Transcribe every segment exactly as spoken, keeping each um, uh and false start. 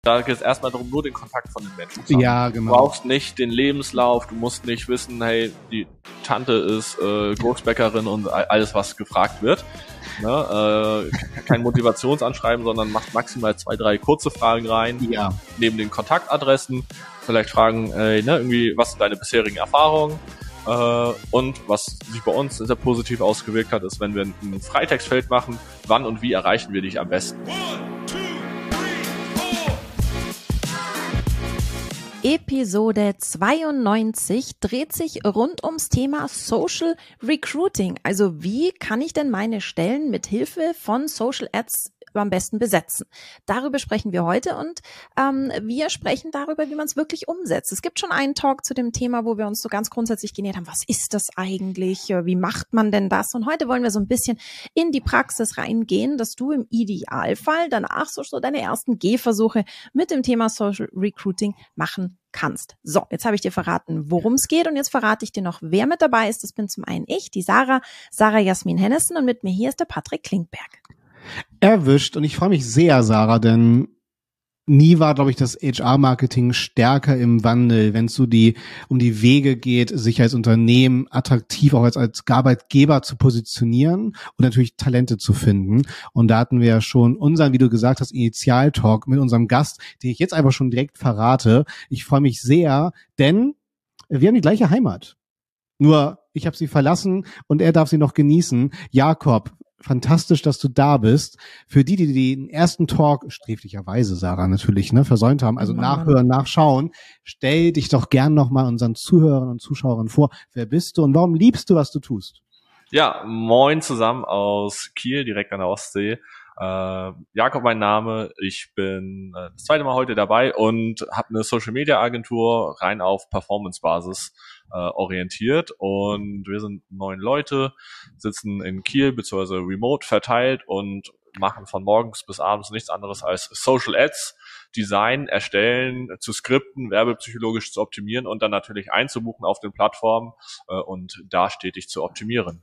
Da geht es erstmal darum, nur den Kontakt von den Menschen zu haben. Ja, genau. Du brauchst nicht den Lebenslauf, du musst nicht wissen, hey, die Tante ist äh, Großbäckerin und alles, was gefragt wird. Ne? Äh, kein Motivationsanschreiben, sondern macht maximal zwei, drei kurze Fragen rein. Ja. Neben den Kontaktadressen. Vielleicht fragen, äh, ne, irgendwie, was sind deine bisherigen Erfahrungen? Äh, und was sich bei uns sehr positiv ausgewirkt hat, ist, wenn wir ein Freitextfeld machen, wann und wie erreichen wir dich am besten. Episode zweiundneunzig dreht sich rund ums Thema Social Recruiting. Also wie kann ich denn meine Stellen mit Hilfe von Social Ads am besten besetzen? Darüber sprechen wir heute und ähm, wir sprechen darüber, wie man es wirklich umsetzt. Es gibt schon einen Talk zu dem Thema, wo wir uns so ganz grundsätzlich genähert haben, was ist das eigentlich, wie macht man denn das? Und heute wollen wir so ein bisschen in die Praxis reingehen, dass du im Idealfall danach so, so deine ersten Gehversuche mit dem Thema Social Recruiting machen kannst. So, jetzt habe ich dir verraten, worum es geht und jetzt verrate ich dir noch, wer mit dabei ist. Das bin zum einen ich, die Sarah, Sarah Jasmin Hennessen und mit mir hier ist der Patrick Klinkberg. Erwischt und ich freue mich sehr, Sarah, denn nie war, glaube ich, das H R-Marketing stärker im Wandel, wenn es so die um die Wege geht, sich als Unternehmen attraktiv auch als, als Arbeitgeber zu positionieren und natürlich Talente zu finden. Und da hatten wir ja schon unseren, wie du gesagt hast, Initialtalk mit unserem Gast, den ich jetzt einfach schon direkt verrate. Ich freue mich sehr, denn wir haben die gleiche Heimat. Nur, ich habe sie verlassen und er darf sie noch genießen. Jakob, fantastisch, dass du da bist. Für die, die den ersten Talk, sträflicherweise, Sarah, natürlich, ne, versäumt haben, also nachhören, nachschauen, stell dich doch gern nochmal unseren Zuhörern und Zuschauern vor. Wer bist du und warum liebst du, was du tust? Ja, moin zusammen aus Kiel, direkt an der Ostsee. Äh, Jakob mein Name, ich bin äh, das zweite Mal heute dabei und habe eine Social-Media-Agentur rein auf Performance-Basis äh, orientiert und wir sind neun Leute, sitzen in Kiel bzw. remote verteilt und machen von morgens bis abends nichts anderes als Social Ads, Design, erstellen, zu skripten, werbepsychologisch zu optimieren und dann natürlich einzubuchen auf den Plattformen äh, und da stetig zu optimieren.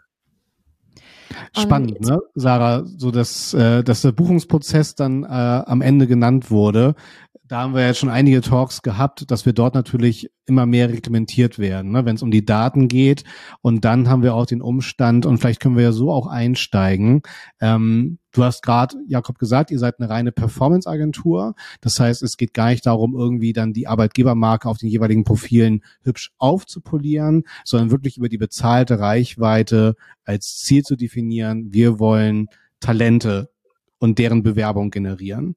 Spannend, ne, Sarah, so dass, äh, dass der Buchungsprozess dann äh, am Ende genannt wurde. Da haben wir jetzt schon einige Talks gehabt, dass wir dort natürlich immer mehr reglementiert werden, ne, wenn es um die Daten geht. Und dann haben wir auch den Umstand, und vielleicht können wir ja so auch einsteigen. Ähm, du hast gerade, Jakob, gesagt, ihr seid eine reine Performance-Agentur. Das heißt, es geht gar nicht darum, irgendwie dann die Arbeitgebermarke auf den jeweiligen Profilen hübsch aufzupolieren, sondern wirklich über die bezahlte Reichweite als Ziel zu definieren. Wir wollen Talente und deren Bewerbung generieren.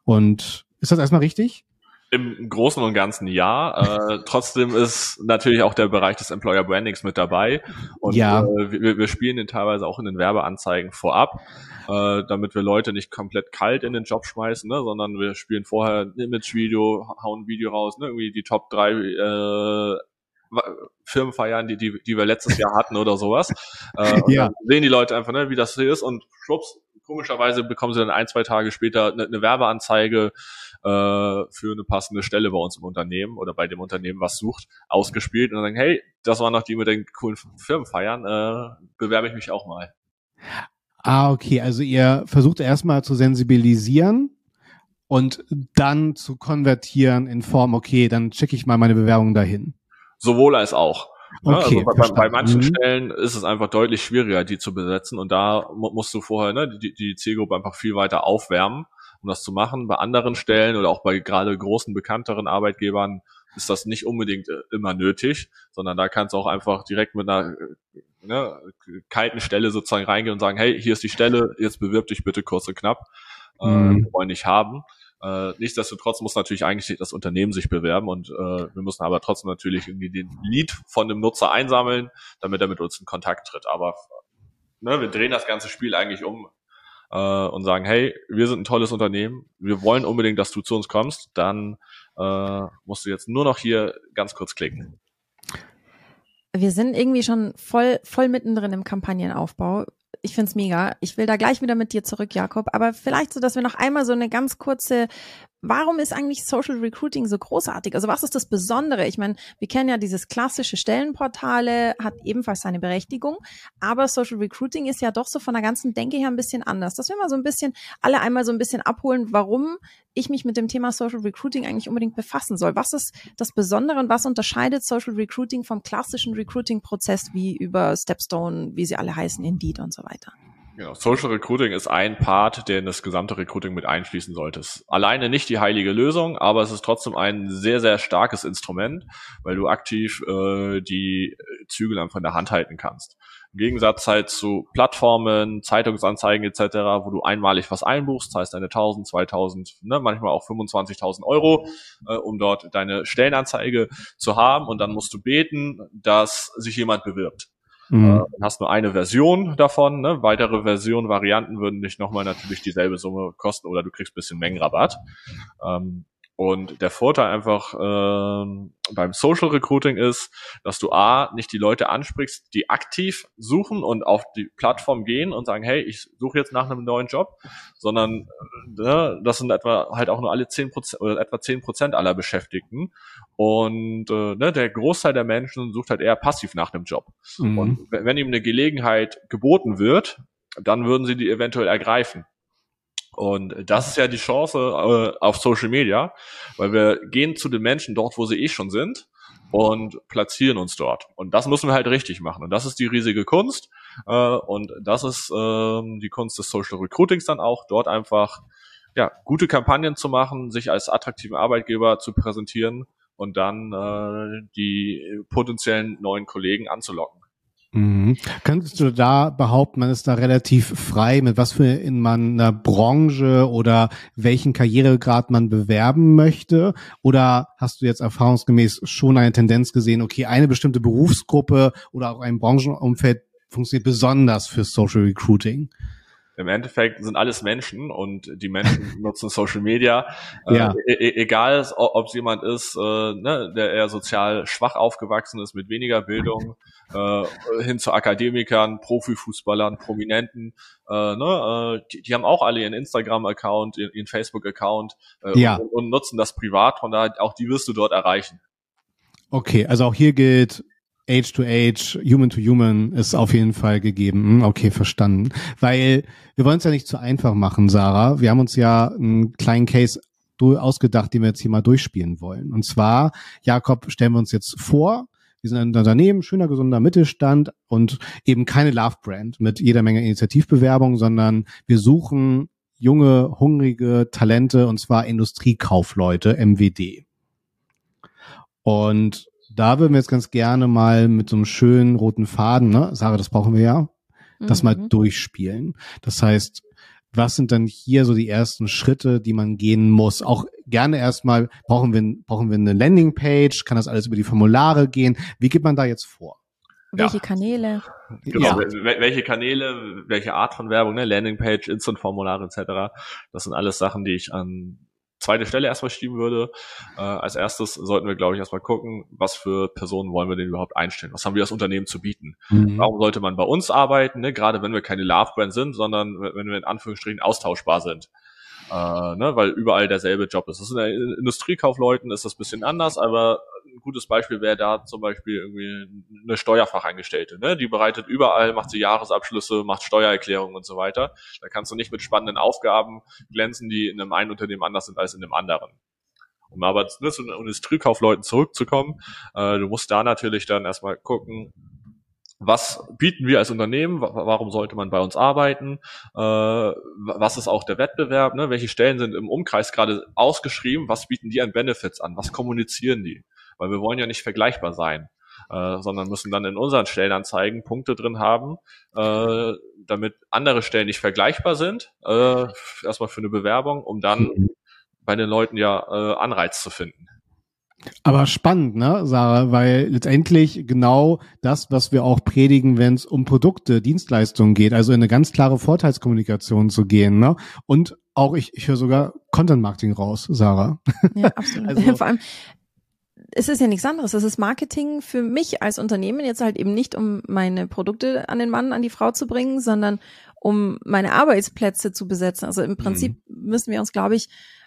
Und ist das erstmal richtig? Im Großen und Ganzen ja. Äh, trotzdem ist natürlich auch der Bereich des Employer Brandings mit dabei. Und ja. äh, wir, wir spielen den teilweise auch in den Werbeanzeigen vorab, äh, damit wir Leute nicht komplett kalt in den Job schmeißen, ne, sondern wir spielen vorher ein Image-Video, hauen ein Video raus, ne, irgendwie die Top drei äh, Firmenfeiern, die, die, die wir letztes Jahr hatten oder sowas. Äh, und ja. dann sehen die Leute einfach, ne, wie das hier ist und schwupps, komischerweise bekommen sie dann ein, zwei Tage später eine, eine Werbeanzeige äh, für eine passende Stelle bei uns im Unternehmen oder bei dem Unternehmen, was sucht, ausgespielt und dann sagen, hey, das waren noch die mit den coolen Firmenfeiern, äh, bewerbe ich mich auch mal. Ah, okay, also ihr versucht erstmal zu sensibilisieren und dann zu konvertieren in Form, okay, dann checke ich mal meine Bewerbung dahin. Sowohl als auch. Ja, okay, also bei, bei manchen mhm. Stellen ist es einfach deutlich schwieriger, die zu besetzen und da musst du vorher ne, die, die Zielgruppe einfach viel weiter aufwärmen, um das zu machen. Bei anderen Stellen oder auch bei gerade großen, bekannteren Arbeitgebern ist das nicht unbedingt immer nötig, sondern da kannst du auch einfach direkt mit einer ne, kalten Stelle sozusagen reingehen und sagen, hey, hier ist die Stelle, jetzt bewirb dich bitte kurz und knapp, mhm. äh, wir wollen dich haben. Äh, nichtsdestotrotz muss natürlich eigentlich das Unternehmen sich bewerben und äh, wir müssen aber trotzdem natürlich irgendwie den Lead von dem Nutzer einsammeln, damit er mit uns in Kontakt tritt. Aber ne, wir drehen das ganze Spiel eigentlich um äh, und sagen, hey, wir sind ein tolles Unternehmen, wir wollen unbedingt, dass du zu uns kommst, dann äh, musst du jetzt nur noch hier ganz kurz klicken. Wir sind irgendwie schon voll, voll mittendrin im Kampagnenaufbau. Ich find's mega. Ich will da gleich wieder mit dir zurück, Jakob. Aber vielleicht so, dass wir noch einmal so eine ganz kurze warum ist eigentlich Social Recruiting so großartig? Also was ist das Besondere? Ich meine, wir kennen ja dieses klassische Stellenportale, hat ebenfalls seine Berechtigung, aber Social Recruiting ist ja doch so von der ganzen Denke her ein bisschen anders. Dass wir mal so ein bisschen, alle einmal so ein bisschen abholen, warum ich mich mit dem Thema Social Recruiting eigentlich unbedingt befassen soll. Was ist das Besondere und was unterscheidet Social Recruiting vom klassischen Recruiting-Prozess wie über Stepstone, wie sie alle heißen, Indeed und so weiter? Genau. Social Recruiting ist ein Part, der in das gesamte Recruiting mit einschließen sollte. Es ist alleine nicht die heilige Lösung, aber es ist trotzdem ein sehr, sehr starkes Instrument, weil du aktiv äh, die Zügel einfach in der Hand halten kannst. Im Gegensatz halt zu Plattformen, Zeitungsanzeigen et cetera, wo du einmalig was einbuchst, das heißt deine tausend, zweitausend, ne, manchmal auch fünfundzwanzigtausend Euro, äh, um dort deine Stellenanzeige zu haben, und dann musst du beten, dass sich jemand bewirbt. Mhm. Äh, hast nur eine Version davon, ne? Weitere Versionen, Varianten würden dich nochmal natürlich dieselbe Summe kosten oder du kriegst ein bisschen Mengenrabatt. Ähm, und der Vorteil einfach ähm, beim Social Recruiting ist, dass du A, nicht die Leute ansprichst, die aktiv suchen und auf die Plattform gehen und sagen, hey, ich suche jetzt nach einem neuen Job, sondern äh, das sind etwa halt auch nur alle zehn Prozent oder etwa zehn Prozent aller Beschäftigten. Und äh, ne, der Großteil der Menschen sucht halt eher passiv nach einem Job. Mhm. Und wenn ihm eine Gelegenheit geboten wird, dann würden sie die eventuell ergreifen. Und das ist ja die Chance äh, auf Social Media, weil wir gehen zu den Menschen dort, wo sie eh schon sind, und platzieren uns dort. Und das müssen wir halt richtig machen. Und das ist die riesige Kunst. Äh, und das ist äh, die Kunst des Social Recruitings dann auch, dort einfach ja gute Kampagnen zu machen, sich als attraktiven Arbeitgeber zu präsentieren und dann äh, die potenziellen neuen Kollegen anzulocken. Mhm. Könntest du da behaupten, man ist da relativ frei, mit was für in man einer Branche oder welchen Karrieregrad man bewerben möchte? Oder hast du jetzt erfahrungsgemäß schon eine Tendenz gesehen, okay, eine bestimmte Berufsgruppe oder auch ein Branchenumfeld funktioniert besonders für Social Recruiting? Im Endeffekt sind alles Menschen und die Menschen nutzen Social Media. Ja. Äh, e- egal, ob es jemand ist, äh, ne, der eher sozial schwach aufgewachsen ist, mit weniger Bildung, äh, hin zu Akademikern, Profifußballern, Prominenten. Äh, ne, äh, die, die haben auch alle ihren Instagram-Account, ihren, ihren Facebook-Account äh, ja. und, und nutzen das privat. Von daher, auch die wirst du dort erreichen. Okay, also auch hier gilt, Age to Age, Human to Human ist auf jeden Fall gegeben. Okay, verstanden. Weil wir wollen es ja nicht zu einfach machen, Sarah. Wir haben uns ja einen kleinen Case ausgedacht, den wir jetzt hier mal durchspielen wollen. Und zwar, Jakob, stellen wir uns jetzt vor, wir sind ein Unternehmen, schöner, gesunder Mittelstand und eben keine Love-Brand mit jeder Menge Initiativbewerbung, sondern wir suchen junge, hungrige Talente, und zwar Industriekaufleute, M W D. Und da würden wir jetzt ganz gerne mal mit so einem schönen roten Faden, ne, Sarah, das brauchen wir ja, das mhm. mal durchspielen. Das heißt, was sind dann hier so die ersten Schritte, die man gehen muss? Auch gerne erstmal, brauchen wir, brauchen wir eine Landingpage? Kann das alles über die Formulare gehen? Wie geht man da jetzt vor? Welche ja. Kanäle? Genau, ja. welche Kanäle, welche Art von Werbung, ne? Landingpage, Instant-Formulare et cetera. Das sind alles Sachen, die ich an zweite Stelle erstmal schieben würde. Äh, als erstes sollten wir, glaube ich, erstmal gucken, was für Personen wollen wir denn überhaupt einstellen? Was haben wir als Unternehmen zu bieten? Mhm. Warum sollte man bei uns arbeiten? Ne? Gerade wenn wir keine Love-Brand sind, sondern wenn wir in Anführungsstrichen austauschbar sind. Äh, ne? Weil überall derselbe Job ist. Das ist in der Industriekaufleuten ist das ein bisschen anders, aber ein gutes Beispiel wäre da zum Beispiel irgendwie eine Steuerfachangestellte, ne? Die bereitet überall, macht sie Jahresabschlüsse, macht Steuererklärungen und so weiter. Da kannst du nicht mit spannenden Aufgaben glänzen, die in einem einen Unternehmen anders sind als in dem anderen. Um aber ne, zu den Industriekaufleuten zurückzukommen, äh, du musst da natürlich dann erstmal gucken, was bieten wir als Unternehmen, warum sollte man bei uns arbeiten, äh, was ist auch der Wettbewerb, ne? Welche Stellen sind im Umkreis gerade ausgeschrieben, was bieten die an Benefits an, was kommunizieren die? Weil wir wollen ja nicht vergleichbar sein, äh, sondern müssen dann in unseren Stellenanzeigen Punkte drin haben, äh, damit andere Stellen nicht vergleichbar sind, äh, erstmal für eine Bewerbung, um dann bei den Leuten ja äh, Anreiz zu finden. Aber spannend, ne, Sarah, weil letztendlich genau das, was wir auch predigen, wenn es um Produkte, Dienstleistungen geht, also in eine ganz klare Vorteilskommunikation zu gehen, ne? Und auch, ich, ich höre sogar Content Marketing raus, Sarah. Ja, absolut. Also, vor allem, es ist ja nichts anderes. Es ist Marketing für mich als Unternehmen, jetzt halt eben nicht, um meine Produkte an den Mann, an die Frau zu bringen, sondern um meine Arbeitsplätze zu besetzen. Also im Prinzip mhm. müssen wir uns, glaube ich,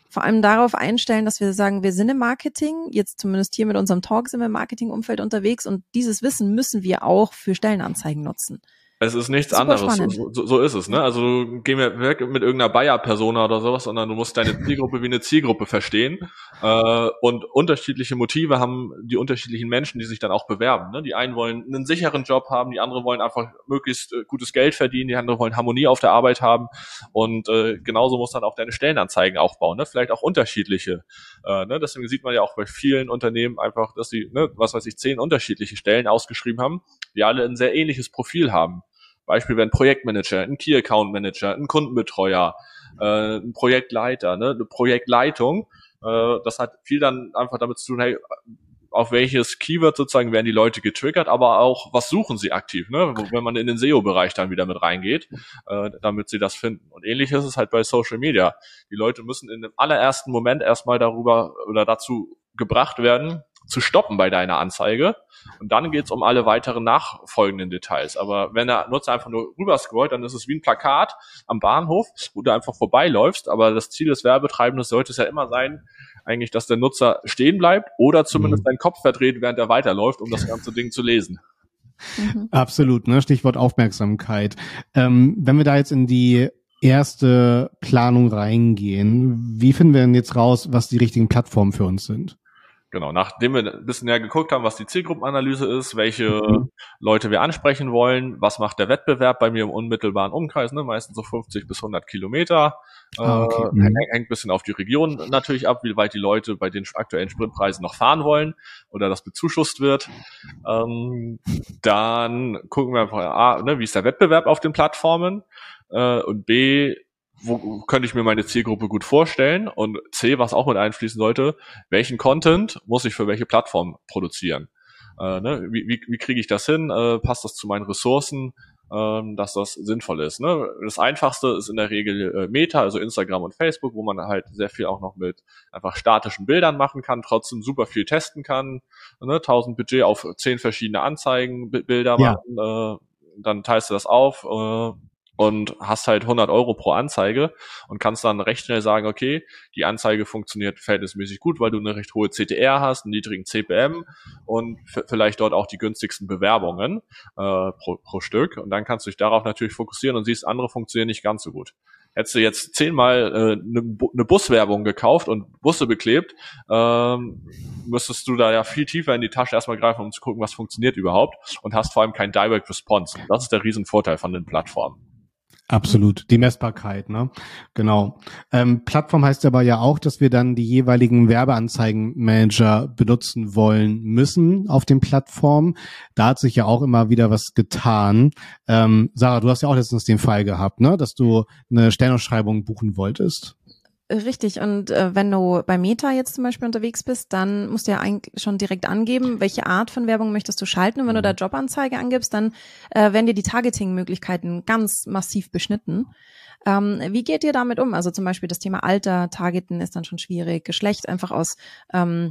vor allem darauf einstellen, dass wir sagen, wir sind im Marketing, jetzt zumindest hier mit unserem Talk sind wir im Marketingumfeld unterwegs und dieses Wissen müssen wir auch für Stellenanzeigen nutzen. Es ist nichts Super anderes. So, so, so ist es, ne? Also geh mir weg mit irgendeiner Bayer-Persona oder sowas, sondern du musst deine Zielgruppe wie eine Zielgruppe verstehen. Äh, und unterschiedliche Motive haben die unterschiedlichen Menschen, die sich dann auch bewerben. Ne? Die einen wollen einen sicheren Job haben, die anderen wollen einfach möglichst äh, gutes Geld verdienen, die anderen wollen Harmonie auf der Arbeit haben. Und äh, genauso muss dann auch deine Stellenanzeigen aufbauen, ne? Vielleicht auch unterschiedliche. Äh, ne? Deswegen sieht man ja auch bei vielen Unternehmen einfach, dass sie, ne, was weiß ich, zehn unterschiedliche Stellen ausgeschrieben haben, die alle ein sehr ähnliches Profil haben. Beispiel wäre ein Projektmanager, ein Key Account Manager, ein Kundenbetreuer, äh, ein Projektleiter, ne, eine Projektleitung. Äh, das hat viel dann einfach damit zu tun, hey, auf welches Keyword sozusagen werden die Leute getriggert, aber auch, was suchen sie aktiv, ne, wenn man in den S E O-Bereich dann wieder mit reingeht, äh, damit sie das finden. Und ähnlich ist es halt bei Social Media. Die Leute müssen in dem allerersten Moment erstmal darüber oder dazu gebracht werden, zu stoppen bei deiner Anzeige und dann geht's um alle weiteren nachfolgenden Details. Aber wenn der Nutzer einfach nur rüberscrollt, dann ist es wie ein Plakat am Bahnhof, wo du einfach vorbeiläufst, aber das Ziel des Werbetreibenden sollte es ja immer sein, eigentlich, dass der Nutzer stehen bleibt oder zumindest mhm. seinen Kopf verdreht, während er weiterläuft, um das ganze Ding zu lesen. Mhm. Absolut, ne? Stichwort Aufmerksamkeit. Ähm, wenn wir da jetzt in die erste Planung reingehen, wie finden wir denn jetzt raus, was die richtigen Plattformen für uns sind? Genau, nachdem wir ein bisschen näher geguckt haben, was die Zielgruppenanalyse ist, welche mhm. Leute wir ansprechen wollen, was macht der Wettbewerb bei mir im unmittelbaren Umkreis, ne, meistens so fünfzig bis hundert Kilometer, ah, okay. äh, mhm. hängt, hängt ein bisschen auf die Region natürlich ab, wie weit die Leute bei den aktuellen Sprintpreisen noch fahren wollen oder das bezuschusst wird. Ähm, dann gucken wir einfach, A, ne, wie ist der Wettbewerb auf den Plattformen äh, und B, wo könnte ich mir meine Zielgruppe gut vorstellen und C, was auch mit einfließen sollte, welchen Content muss ich für welche Plattform produzieren? Äh, ne? Wie, wie, wie kriege ich das hin? Äh, passt das zu meinen Ressourcen, ähm, dass das sinnvoll ist? Ne? Das Einfachste ist in der Regel äh, Meta, also Instagram und Facebook, wo man halt sehr viel auch noch mit einfach statischen Bildern machen kann, trotzdem super viel testen kann, ne? tausend Budget auf zehn verschiedene Anzeigen, Bilder ja. machen, äh, dann teilst du das auf, äh, und hast halt hundert Euro pro Anzeige und kannst dann recht schnell sagen, okay, die Anzeige funktioniert verhältnismäßig gut, weil du eine recht hohe C T R hast, einen niedrigen C P M und f- vielleicht dort auch die günstigsten Bewerbungen äh, pro, pro Stück. Und dann kannst du dich darauf natürlich fokussieren und siehst, andere funktionieren nicht ganz so gut. Hättest du jetzt zehnmal äh, eine, Bu- eine Buswerbung gekauft und Busse beklebt, ähm, müsstest du da ja viel tiefer in die Tasche erstmal greifen, um zu gucken, was funktioniert überhaupt und hast vor allem kein Direct Response. Das ist der Riesenvorteil von den Plattformen. Absolut, die Messbarkeit, ne? Genau. Ähm, Plattform heißt aber ja auch, dass wir dann die jeweiligen Werbeanzeigenmanager benutzen wollen müssen auf den Plattformen. Da hat sich ja auch immer wieder was getan. Ähm, Sarah, du hast ja auch letztens den Fall gehabt, ne? Dass du eine Sternausschreibung buchen wolltest. Richtig, und äh, wenn du bei Meta jetzt zum Beispiel unterwegs bist, dann musst du ja eigentlich schon direkt angeben, welche Art von Werbung möchtest du schalten. Und wenn du da Jobanzeige angibst, dann äh, werden dir die Targeting-Möglichkeiten ganz massiv beschnitten. Ähm, wie geht ihr damit um? Also zum Beispiel das Thema Alter, Targeten ist dann schon schwierig, Geschlecht einfach aus ähm,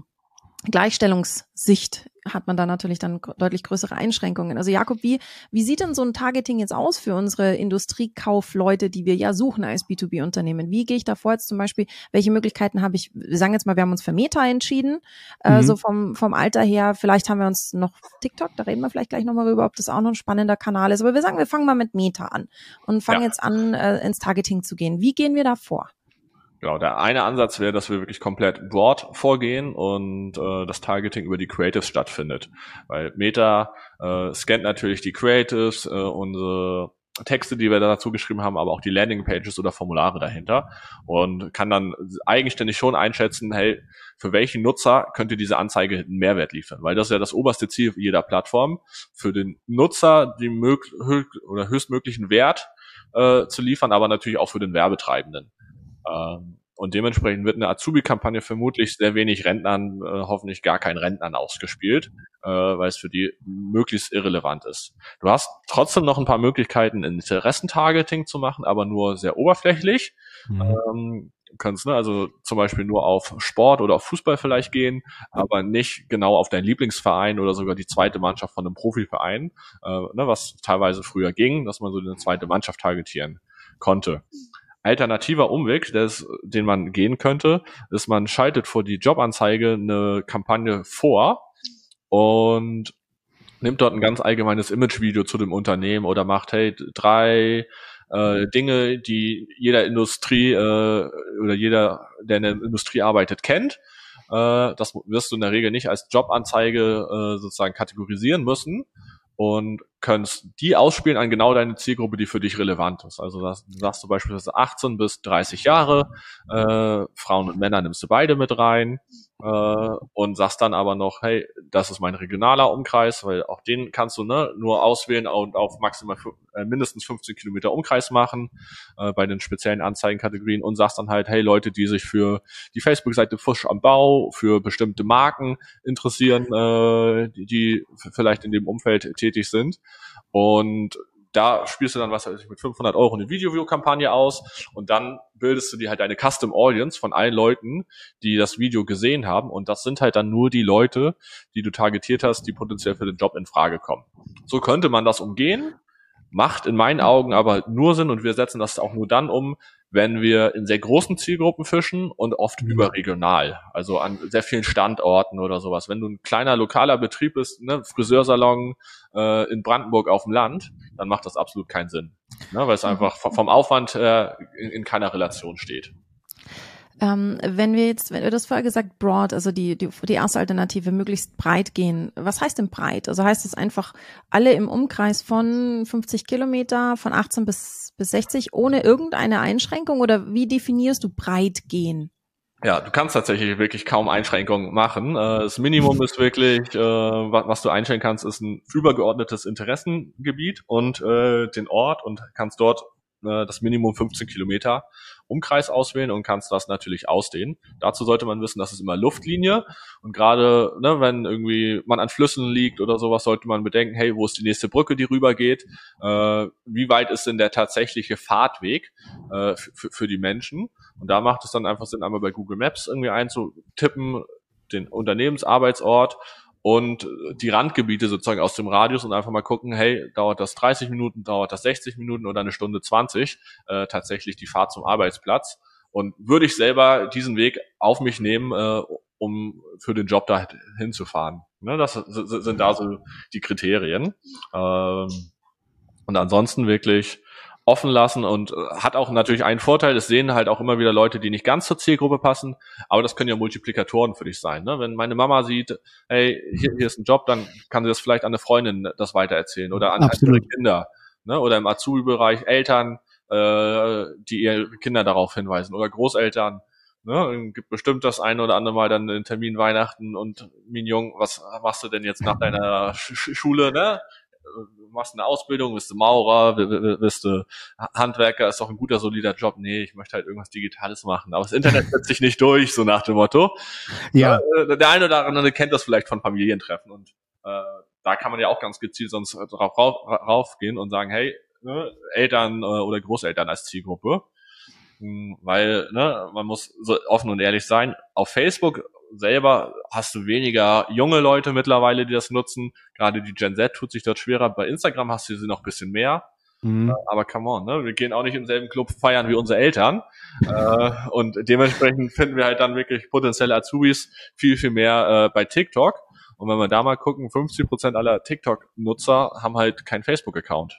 Gleichstellungssicht hat man da natürlich dann deutlich größere Einschränkungen. Also Jakob, wie wie sieht denn so ein Targeting jetzt aus für unsere Industriekaufleute, die wir ja suchen als B zwei B-Unternehmen? Wie gehe ich da vor jetzt zum Beispiel? Welche Möglichkeiten habe ich? Wir sagen jetzt mal, wir haben uns für Meta entschieden, mhm. äh, so vom vom Alter her. Vielleicht haben wir uns noch TikTok, da reden wir vielleicht gleich nochmal rüber, ob das auch noch ein spannender Kanal ist. Aber wir sagen, wir fangen mal mit Meta an und fangen ja. jetzt an, äh, ins Targeting zu gehen. Wie gehen wir da vor? Genau, der eine Ansatz wäre, dass wir wirklich komplett broad vorgehen und äh, das Targeting über die Creatives stattfindet. Weil Meta äh, scannt natürlich die Creatives, äh, unsere Texte, die wir da dazu geschrieben haben, aber auch die Landingpages oder Formulare dahinter und kann dann eigenständig schon einschätzen, hey, für welchen Nutzer könnte diese Anzeige einen Mehrwert liefern? Weil das ist ja das oberste Ziel jeder Plattform, für den Nutzer die mög- hö- oder höchstmöglichen Wert äh, zu liefern, aber natürlich auch für den Werbetreibenden. Und dementsprechend wird eine Azubi-Kampagne vermutlich sehr wenig Rentnern, äh, hoffentlich gar keinen Rentnern ausgespielt, äh, weil es für die möglichst irrelevant ist. Du hast trotzdem noch ein paar Möglichkeiten, Interessentargeting zu machen, aber nur sehr oberflächlich. Mhm. Ähm, du kannst ne, also zum Beispiel nur auf Sport oder auf Fußball vielleicht gehen, aber nicht genau auf deinen Lieblingsverein oder sogar die zweite Mannschaft von einem Profiverein, äh, ne, was teilweise früher ging, dass man so eine zweite Mannschaft targetieren konnte. alternativer Umweg, des, den man gehen könnte, ist, man schaltet vor die Jobanzeige eine Kampagne vor und nimmt dort ein ganz allgemeines Imagevideo zu dem Unternehmen oder macht, hey, drei äh, Dinge, die jeder Industrie äh, oder jeder, der in der Industrie arbeitet, kennt. Äh, das wirst du in der Regel nicht als Jobanzeige äh, sozusagen kategorisieren müssen und kannst die ausspielen an genau deine Zielgruppe, die für dich relevant ist. Also das, du sagst du beispielsweise achtzehn bis dreißig Jahre, äh, Frauen und Männer nimmst du beide mit rein, äh, und sagst dann aber noch, hey, das ist mein regionaler Umkreis, weil auch den kannst du ne nur auswählen und auf maximal äh, mindestens fünfzehn Kilometer Umkreis machen äh, bei den speziellen Anzeigenkategorien und sagst dann halt, hey, Leute, die sich für die Facebook-Seite Fusch am Bau, für bestimmte Marken interessieren, äh, die, die vielleicht in dem Umfeld tätig sind. Und da spielst du dann, was weiß ich, mit fünfhundert Euro eine Video-View-Kampagne aus und dann bildest du dir halt eine Custom Audience von allen Leuten, die das Video gesehen haben und das sind halt dann nur die Leute, die du targetiert hast, die potenziell für den Job in Frage kommen. So könnte man das umgehen, macht in meinen Augen aber nur Sinn und wir setzen das auch nur dann um, wenn wir in sehr großen Zielgruppen fischen und oft mhm. überregional, also an sehr vielen Standorten oder sowas. Wenn du ein kleiner lokaler Betrieb bist, ne, Friseursalon äh, in Brandenburg auf dem Land, dann macht das absolut keinen Sinn, ne, weil es einfach vom Aufwand äh, in, in keiner Relation steht. Ähm, wenn wir jetzt, wenn du das vorher gesagt, broad, also die, die, die erste Alternative, möglichst breit gehen. Was heißt denn breit? Also heißt es einfach alle im Umkreis von fünfzig Kilometer, von achtzehn bis, bis sechzig, ohne irgendeine Einschränkung? Oder wie definierst du breit gehen? Ja, du kannst tatsächlich wirklich kaum Einschränkungen machen. Das Minimum ist wirklich, was du einstellen kannst, ist ein übergeordnetes Interessengebiet und den Ort und kannst dort das Minimum fünfzehn Kilometer Umkreis auswählen und kannst das natürlich ausdehnen. Dazu sollte man wissen, das ist immer Luftlinie und gerade, ne, wenn irgendwie man an Flüssen liegt oder sowas, sollte man bedenken, hey, wo ist die nächste Brücke, die rübergeht? Äh, wie weit ist denn der tatsächliche Fahrtweg äh, für, für die Menschen? Und da macht es dann einfach Sinn, einmal bei Google Maps irgendwie einzutippen, den Unternehmensarbeitsort und die Randgebiete sozusagen aus dem Radius und einfach mal gucken, hey, dauert das dreißig Minuten, dauert das sechzig Minuten oder eine Stunde zwanzig, äh, tatsächlich die Fahrt zum Arbeitsplatz. Und würde ich selber diesen Weg auf mich nehmen, äh, um für den Job da hinzufahren. Ne, das sind da so die Kriterien. Ähm, und ansonsten wirklich offen lassen und hat auch natürlich einen Vorteil, es sehen halt auch immer wieder Leute, die nicht ganz zur Zielgruppe passen, aber das können ja Multiplikatoren für dich sein. Ne? Wenn meine Mama sieht, hey, hier, hier ist ein Job, dann kann sie das vielleicht an eine Freundin das weitererzählen oder an andere Kinder. Ne? Oder im Azubi-Bereich Eltern, äh, die ihre Kinder darauf hinweisen oder Großeltern. Ne? Gibt bestimmt das eine oder andere Mal dann den Termin Weihnachten und Mignon, was machst du denn jetzt nach deiner Sch- Schule, ne? Du machst eine Ausbildung, bist du Maurer, bist du Handwerker, ist doch ein guter, solider Job. Nee, ich möchte halt irgendwas Digitales machen. Aber das Internet setzt sich nicht durch, so nach dem Motto. Ja. Der eine oder andere kennt das vielleicht von Familientreffen und äh, da kann man ja auch ganz gezielt sonst drauf rauf, raufgehen und sagen, hey, ne, Eltern äh, oder Großeltern als Zielgruppe. Weil, ne, man muss so offen und ehrlich sein, auf Facebook selber hast du weniger junge Leute mittlerweile, die das nutzen. Gerade die Gen Z tut sich dort schwerer. Bei Instagram hast du sie noch ein bisschen mehr. Mhm. Aber come on, ne? Wir gehen auch nicht im selben Club feiern wie unsere Eltern. äh, und dementsprechend finden wir halt dann wirklich potenzielle Azubis viel, viel mehr äh, bei TikTok. Und wenn wir da mal gucken, fünfzig Prozent aller TikTok-Nutzer haben halt keinen Facebook-Account.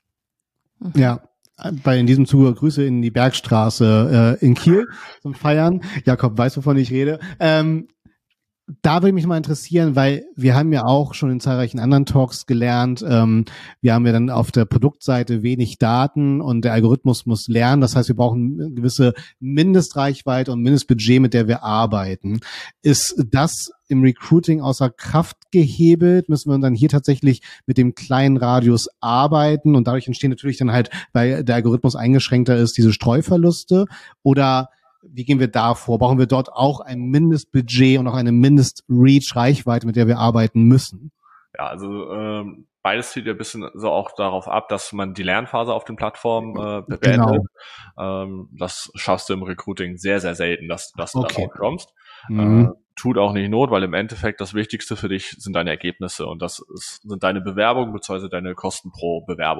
Ja. Bei in diesem Zuge Grüße in die Bergstraße äh, in Kiel zum Feiern. Jakob weiß, wovon ich rede. Ähm, da würde mich mal interessieren, weil wir haben ja auch schon in zahlreichen anderen Talks gelernt, ähm, wir haben ja dann auf der Produktseite wenig Daten und der Algorithmus muss lernen. Das heißt, wir brauchen eine gewisse Mindestreichweite und Mindestbudget, mit der wir arbeiten. Ist das im Recruiting außer Kraft gehebelt? Müssen wir dann hier tatsächlich mit dem kleinen Radius arbeiten und dadurch entstehen natürlich dann halt, weil der Algorithmus eingeschränkter ist, diese Streuverluste? Oder wie gehen wir da vor? Brauchen wir dort auch ein Mindestbudget und auch eine Mindest-Reach-Reichweite, mit der wir arbeiten müssen? Ja, also ähm, beides zielt ja ein bisschen so auch darauf ab, dass man die Lernphase auf den Plattformen äh, beendet. Genau. Ähm, das schaffst du im Recruiting sehr, sehr selten, dass, dass du okay. darauf kommst. Mhm. Äh, tut auch nicht Not, weil im Endeffekt das Wichtigste für dich sind deine Ergebnisse und das ist, sind deine Bewerbungen bzw. deine Kosten pro Bewerbung.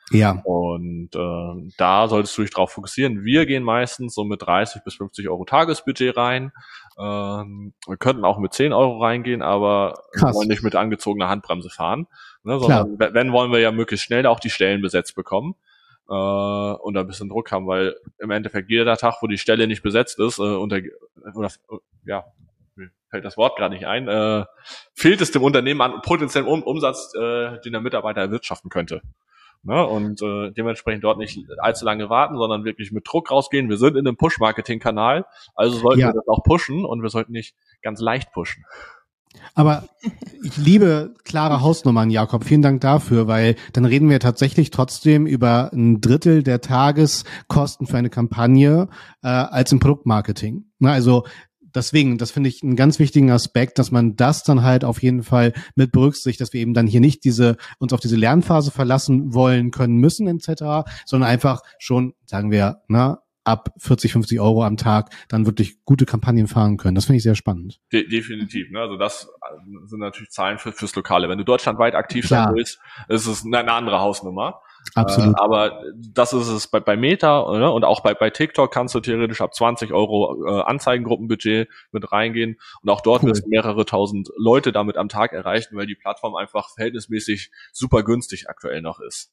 Ja. Und äh, da solltest du dich drauf fokussieren. Wir gehen meistens so mit dreißig bis fünfzig Euro Tagesbudget rein. Ähm, wir könnten auch mit zehn Euro reingehen, aber Krass. wir wollen nicht mit angezogener Handbremse fahren. Ne, sondern Klar. wenn, wollen wir ja möglichst schnell auch die Stellen besetzt bekommen. Äh, und ein bisschen Druck haben, weil im Endeffekt jeder Tag, wo die Stelle nicht besetzt ist, äh, unter, oder, ja, mir fällt das Wort gerade nicht ein, äh, fehlt es dem Unternehmen an potenziellem um- Umsatz, äh, den der Mitarbeiter erwirtschaften könnte. Ne? Und äh, dementsprechend dort nicht allzu lange warten, sondern wirklich mit Druck rausgehen. Wir sind in einem Push-Marketing-Kanal, also sollten ja. wir das auch pushen und wir sollten nicht ganz leicht pushen. Aber ich liebe klare Hausnummern, Jakob. Vielen Dank dafür, weil dann reden wir tatsächlich trotzdem über ein Drittel der Tageskosten für eine Kampagne äh, als im Produktmarketing. Also deswegen, das finde ich einen ganz wichtigen Aspekt, dass man das dann halt auf jeden Fall mit berücksichtigt, dass wir eben dann hier nicht diese uns auf diese Lernphase verlassen wollen, können, müssen et cetera, sondern einfach schon, sagen wir, na, ab vierzig, fünfzig Euro am Tag dann wirklich gute Kampagnen fahren können. Das finde ich sehr spannend. De- definitiv. Ne? Also das sind natürlich Zahlen für, fürs Lokale. Wenn du deutschlandweit aktiv Klar. sein willst, ist es eine andere Hausnummer. Absolut. Äh, aber das ist es bei, bei Meta, ne? Und auch bei, bei TikTok kannst du theoretisch ab zwanzig Euro äh, Anzeigengruppenbudget mit reingehen. Und auch dort cool. wirst du mehrere tausend Leute damit am Tag erreichen, weil die Plattform einfach verhältnismäßig super günstig aktuell noch ist.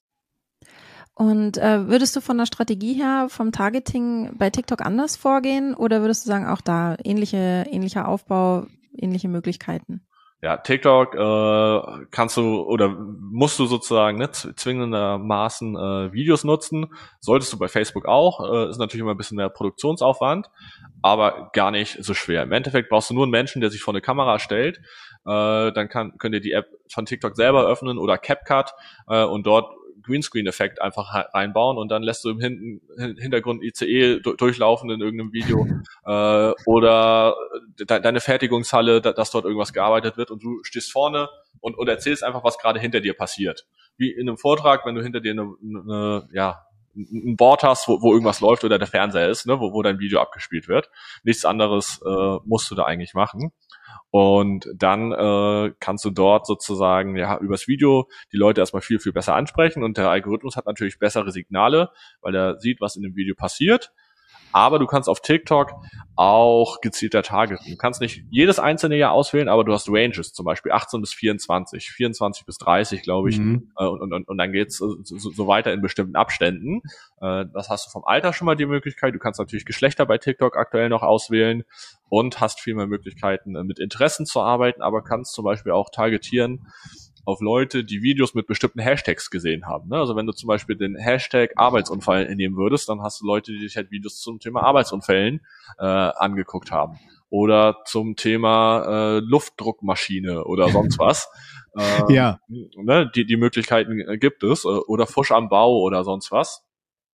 Und äh, würdest du von der Strategie her vom Targeting bei TikTok anders vorgehen oder würdest du sagen, auch da ähnliche ähnlicher Aufbau, ähnliche Möglichkeiten? Ja, TikTok äh, kannst du oder musst du sozusagen ne, zwingendermaßen äh, Videos nutzen. Solltest du bei Facebook auch. Äh, ist natürlich immer ein bisschen mehr Produktionsaufwand, aber gar nicht so schwer. Im Endeffekt brauchst du nur einen Menschen, der sich vor eine Kamera stellt. Äh, dann kann, könnt ihr die App von TikTok selber öffnen oder CapCut äh, und dort Greenscreen-Effekt einfach reinbauen und dann lässt du im Hinten, Hintergrund I C E du, durchlaufen in irgendeinem Video äh, oder de, deine Fertigungshalle, da, dass dort irgendwas gearbeitet wird und du stehst vorne und, und erzählst einfach, was gerade hinter dir passiert. Wie in einem Vortrag, wenn du hinter dir eine, eine ja ein Board hast, wo, wo irgendwas läuft oder der Fernseher ist, ne, wo, wo dein Video abgespielt wird. Nichts anderes äh, musst du da eigentlich machen. Und dann äh, kannst du dort sozusagen ja übers Video die Leute erstmal viel, viel besser ansprechen und der Algorithmus hat natürlich bessere Signale, weil er sieht, was in dem Video passiert. Aber du kannst auf TikTok auch gezielter targeten. Du kannst nicht jedes einzelne Jahr auswählen, aber du hast Ranges, zum Beispiel achtzehn bis vierundzwanzig, vierundzwanzig bis dreißig, glaube ich. Mhm. Und, und, und dann geht's so, so weiter in bestimmten Abständen. Das hast du vom Alter schon mal die Möglichkeit. Du kannst natürlich Geschlechter bei TikTok aktuell noch auswählen und hast viel mehr Möglichkeiten, mit Interessen zu arbeiten, aber kannst zum Beispiel auch targetieren auf Leute, die Videos mit bestimmten Hashtags gesehen haben. Ne? Also wenn du zum Beispiel den Hashtag Arbeitsunfall nehmen würdest, dann hast du Leute, die sich halt Videos zum Thema Arbeitsunfällen äh, angeguckt haben. Oder zum Thema äh, Luftdruckmaschine oder sonst was. äh, ja. Ne? Die, die Möglichkeiten gibt es. Oder Fusch am Bau oder sonst was.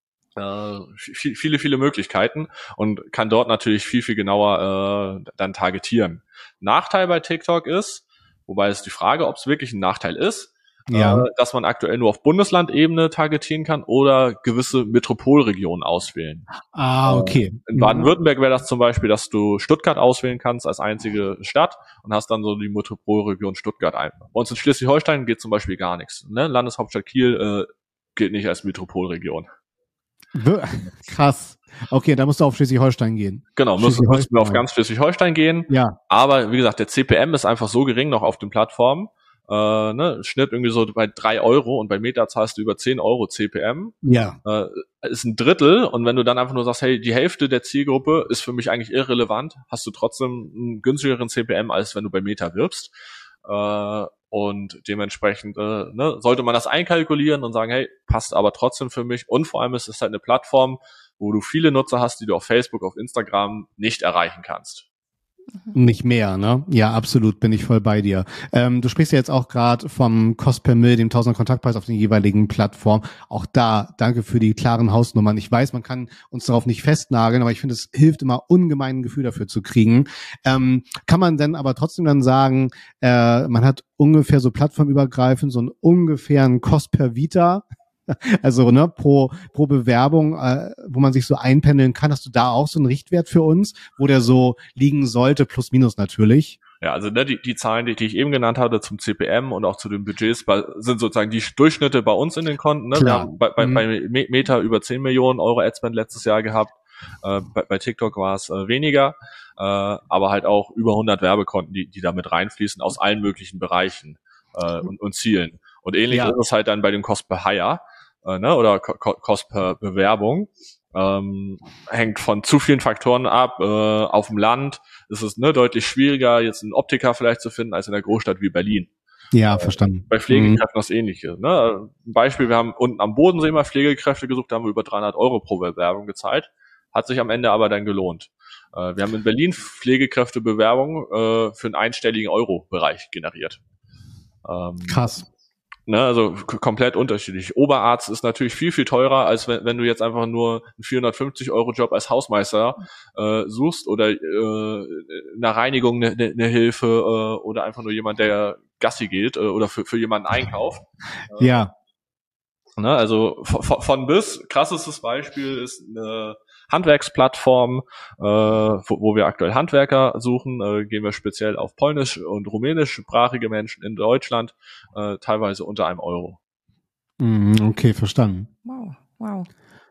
Äh, viele, viele Möglichkeiten und kann dort natürlich viel, viel genauer äh, dann targetieren. Nachteil bei TikTok ist, wobei es die Frage, ob es wirklich ein Nachteil ist, ja. äh, dass man aktuell nur auf Bundeslandebene targetieren kann oder gewisse Metropolregionen auswählen. Ah, okay. Äh, in Baden-Württemberg wäre das zum Beispiel, dass du Stuttgart auswählen kannst als einzige Stadt und hast dann so die Metropolregion Stuttgart ein. Bei uns in Schleswig-Holstein geht zum Beispiel gar nichts. Ne? Landeshauptstadt Kiel äh, gilt nicht als Metropolregion. Krass. Okay, da musst du auf Schleswig-Holstein gehen. Genau, müssen wir auf ganz Schleswig-Holstein gehen. Ja. Aber wie gesagt, der C P M ist einfach so gering noch auf den Plattformen. Äh, ne, Schnitt irgendwie so bei drei Euro und bei Meta zahlst du über zehn Euro C P M. Ja. Äh, ist ein Drittel und wenn du dann einfach nur sagst, hey, die Hälfte der Zielgruppe ist für mich eigentlich irrelevant, hast du trotzdem einen günstigeren C P M, als wenn du bei Meta wirbst. Äh, Und dementsprechend äh, ne, sollte man das einkalkulieren und sagen, hey, passt aber trotzdem für mich. Und vor allem ist es halt eine Plattform, wo du viele Nutzer hast, die du auf Facebook, auf Instagram nicht erreichen kannst. Nicht mehr, ne? Ja, absolut, bin ich voll bei dir. Ähm, du sprichst ja jetzt auch gerade vom Cost per Mill, dem Tausender Kontaktpreis auf den jeweiligen Plattformen. Auch da, danke für die klaren Hausnummern. Ich weiß, man kann uns darauf nicht festnageln, aber ich finde, es hilft immer, ungemein ein Gefühl dafür zu kriegen. Ähm, kann man denn aber trotzdem dann sagen, äh, man hat ungefähr so plattformübergreifend so einen ungefähren Cost per Vita, also ne, pro pro Bewerbung, äh, wo man sich so einpendeln kann. Hast du da auch so einen Richtwert für uns, wo der so liegen sollte, plus minus natürlich? Ja, also ne, die, die Zahlen, die, die ich eben genannt hatte zum C P M und auch zu den Budgets, bei, sind sozusagen die Durchschnitte bei uns in den Konten. Ne? Wir haben bei, bei, mhm. bei Meta über zehn Millionen Euro Adspend letztes Jahr gehabt. Äh, bei, bei TikTok war es äh, weniger, äh, aber halt auch über hundert Werbekonten, die, die da mit reinfließen aus allen möglichen Bereichen äh, und, und Zielen. Und ähnlich ja. ist es halt dann bei dem Cost per Hire äh, ne? oder Co- Cost per Bewerbung. Ähm, hängt von zu vielen Faktoren ab. Äh, auf dem Land ist es ne, deutlich schwieriger, jetzt einen Optiker vielleicht zu finden, als in einer Großstadt wie Berlin. Ja, äh, verstanden. Bei Pflegekräften mhm. das Ähnliche. Ne? Ein Beispiel, wir haben unten am Bodensee mal Pflegekräfte gesucht, da haben wir über dreihundert Euro pro Bewerbung gezahlt. Hat sich am Ende aber dann gelohnt. Äh, wir haben in Berlin Pflegekräftebewerbungen äh, für einen einstelligen Euro-Bereich generiert. Ähm, Krass. Ne, also k- komplett unterschiedlich. Oberarzt ist natürlich viel, viel teurer, als wenn, wenn du jetzt einfach nur einen vierhundertfünfzig Euro Job als Hausmeister äh, suchst oder äh, in der Reinigung eine ne, ne Hilfe äh, oder einfach nur jemand, der Gassi geht äh, oder für, für jemanden einkauft. Äh, ja. Ne, also von, von bis, krassestes Beispiel ist eine Handwerksplattform, äh, wo, wo wir aktuell Handwerker suchen, äh, gehen wir speziell auf polnisch- und rumänischsprachige Menschen in Deutschland, äh, teilweise unter einem Euro. Okay, verstanden. Wow, wow.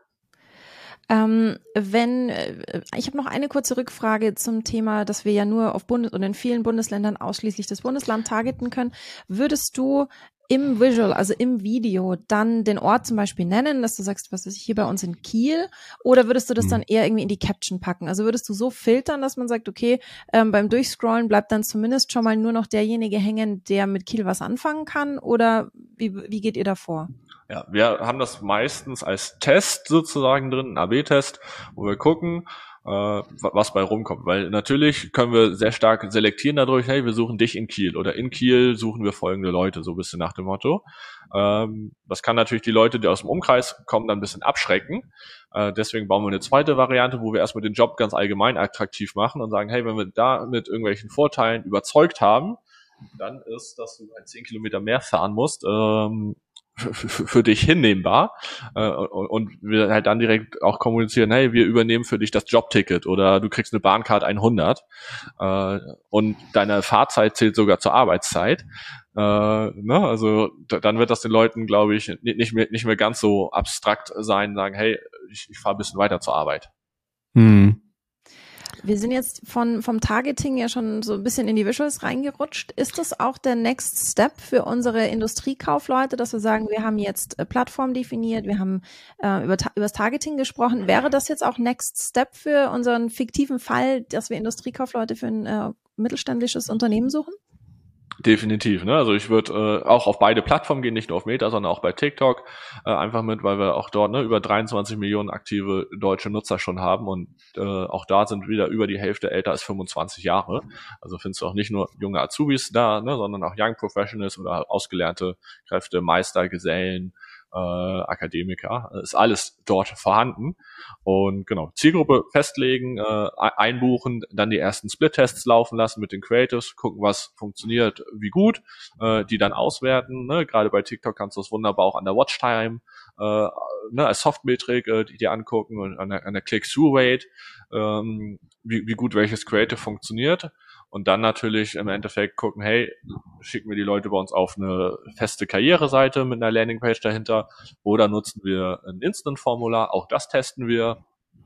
Ähm, wenn, äh, ich habe noch eine kurze Rückfrage zum Thema, dass wir ja nur auf Bundes- und in vielen Bundesländern ausschließlich das Bundesland targeten können. Würdest du im Visual, also im Video, dann den Ort zum Beispiel nennen, dass du sagst, was ist hier bei uns in Kiel? Oder würdest du das dann eher irgendwie in die Caption packen? Also würdest du so filtern, dass man sagt, okay, ähm, beim Durchscrollen bleibt dann zumindest schon mal nur noch derjenige hängen, der mit Kiel was anfangen kann? Oder wie, wie geht ihr da vor? Ja, wir haben das meistens als Test sozusagen drin, ein A B Test, wo wir gucken, äh, was bei rumkommt. Weil natürlich können wir sehr stark selektieren dadurch, hey, wir suchen dich in Kiel oder in Kiel suchen wir folgende Leute, so ein bisschen nach dem Motto. Ähm, das kann natürlich die Leute, die aus dem Umkreis kommen, dann ein bisschen abschrecken. Äh, deswegen bauen wir eine zweite Variante, wo wir erstmal den Job ganz allgemein attraktiv machen und sagen, hey, wenn wir da mit irgendwelchen Vorteilen überzeugt haben, dann ist, dass du ein zehn Kilometer mehr fahren musst, ähm, Für, für, für dich hinnehmbar äh, und, und wir halt dann direkt auch kommunizieren, hey, wir übernehmen für dich das Jobticket oder du kriegst eine Bahncard hundert äh, und deine Fahrzeit zählt sogar zur Arbeitszeit. Äh, ne? Also d- dann wird das den Leuten, glaube ich, nicht mehr nicht mehr ganz so abstrakt sein, sagen, hey, ich, ich fahre ein bisschen weiter zur Arbeit. Hm. Wir sind jetzt von vom Targeting ja schon so ein bisschen in die Visuals reingerutscht. Ist das auch der Next Step für unsere Industriekaufleute, dass wir sagen, wir haben jetzt äh, Plattform definiert, wir haben äh, über, über das Targeting gesprochen. Wäre das jetzt auch Next Step für unseren fiktiven Fall, dass wir Industriekaufleute für ein äh, mittelständisches Unternehmen suchen? Definitiv, ne? Also ich würde äh, auch auf beide Plattformen gehen, nicht nur auf Meta, sondern auch bei TikTok, äh, einfach mit, weil wir auch dort ne, über dreiundzwanzig Millionen aktive deutsche Nutzer schon haben und äh, auch da sind wieder über die Hälfte älter als fünfundzwanzig Jahre. Also findest du auch nicht nur junge Azubis da, ne, sondern auch Young Professionals oder ausgelernte Kräfte, Meister, Gesellen, äh, Akademiker, ist alles dort vorhanden. Und genau, Zielgruppe festlegen, äh, einbuchen, dann die ersten Split-Tests laufen lassen mit den Creatives, gucken, was funktioniert, wie gut, äh, die dann auswerten. Ne? Gerade bei TikTok kannst du das wunderbar auch an der Watchtime, äh, ne, als Softmetrik äh, die dir angucken und an der, an der Click-Through-Rate, ähm, wie, wie gut welches Creative funktioniert. Und dann natürlich im Endeffekt gucken, hey, schicken wir die Leute bei uns auf eine feste Karriereseite mit einer Landingpage dahinter oder nutzen wir ein Instant-Formular, auch das testen wir,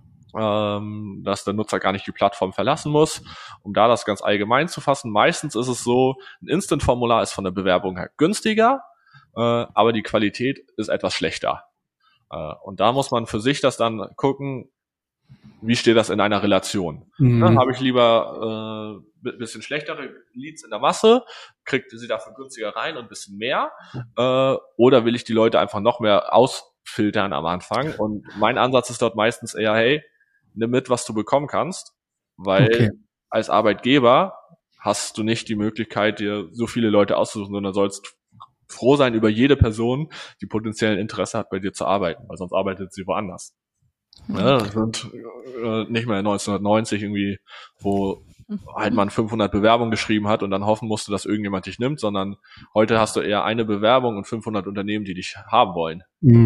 ähm, dass der Nutzer gar nicht die Plattform verlassen muss. Um da das ganz allgemein zu fassen, meistens ist es so, ein Instant-Formular ist von der Bewerbung her günstiger, äh, aber die Qualität ist etwas schlechter. Äh, und da muss man für sich das dann gucken, wie steht das in einer Relation? Mhm. Dann habe ich lieber äh, bisschen schlechtere Leads in der Masse, kriegt sie dafür günstiger rein und ein bisschen mehr, äh, oder will ich die Leute einfach noch mehr ausfiltern am Anfang? Und mein Ansatz ist dort meistens eher, hey, nimm mit, was du bekommen kannst, weil okay. als Arbeitgeber hast du nicht die Möglichkeit, dir so viele Leute auszusuchen, sondern sollst froh sein über jede Person, die potenziell Interesse hat, bei dir zu arbeiten, weil sonst arbeitet sie woanders. Ja, das sind äh, nicht mehr neunzehnhundertneunzig irgendwie, wo halt man fünfhundert Bewerbungen geschrieben hat und dann hoffen musste, dass irgendjemand dich nimmt, sondern heute hast du eher eine Bewerbung und fünfhundert Unternehmen, die dich haben wollen.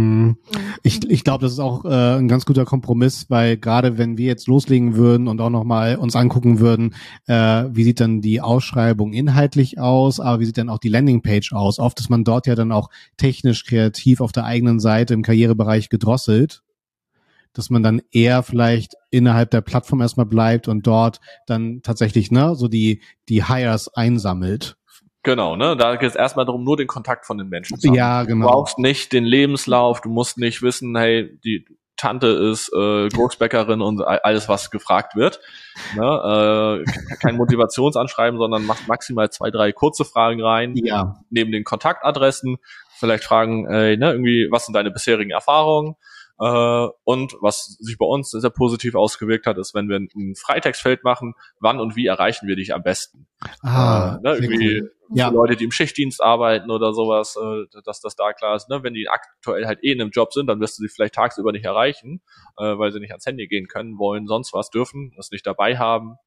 Ich, ich glaube, das ist auch äh, ein ganz guter Kompromiss, weil gerade wenn wir jetzt loslegen würden und auch nochmal uns angucken würden, äh, wie sieht dann die Ausschreibung inhaltlich aus, aber wie sieht dann auch die Landingpage aus? Oft ist man dort ja dann auch technisch kreativ auf der eigenen Seite im Karrierebereich gedrosselt, dass man dann eher vielleicht innerhalb der Plattform erstmal bleibt und dort dann tatsächlich ne so die die Hires einsammelt. Genau, ne? Da geht es erstmal darum, nur den Kontakt von den Menschen zu haben. Ja, genau. Du brauchst nicht den Lebenslauf, du musst nicht wissen, hey, die Tante ist äh, Großbäckerin und alles, was gefragt wird. Ne? Äh, kein Motivationsanschreiben, sondern machst maximal zwei, drei kurze Fragen rein. Ja. Neben den Kontaktadressen vielleicht fragen, äh, ne, irgendwie, was sind deine bisherigen Erfahrungen? Uh, und was sich bei uns sehr positiv ausgewirkt hat, ist, wenn wir ein Freitextfeld machen, wann und wie erreichen wir dich am besten. Ah, uh, ne, irgendwie cool. Ja. Leute, die im Schichtdienst arbeiten oder sowas, uh, dass das da klar ist. Ne? Wenn die aktuell halt eh in einem Job sind, dann wirst du sie vielleicht tagsüber nicht erreichen, uh, weil sie nicht ans Handy gehen können, wollen, sonst was dürfen, das nicht dabei haben.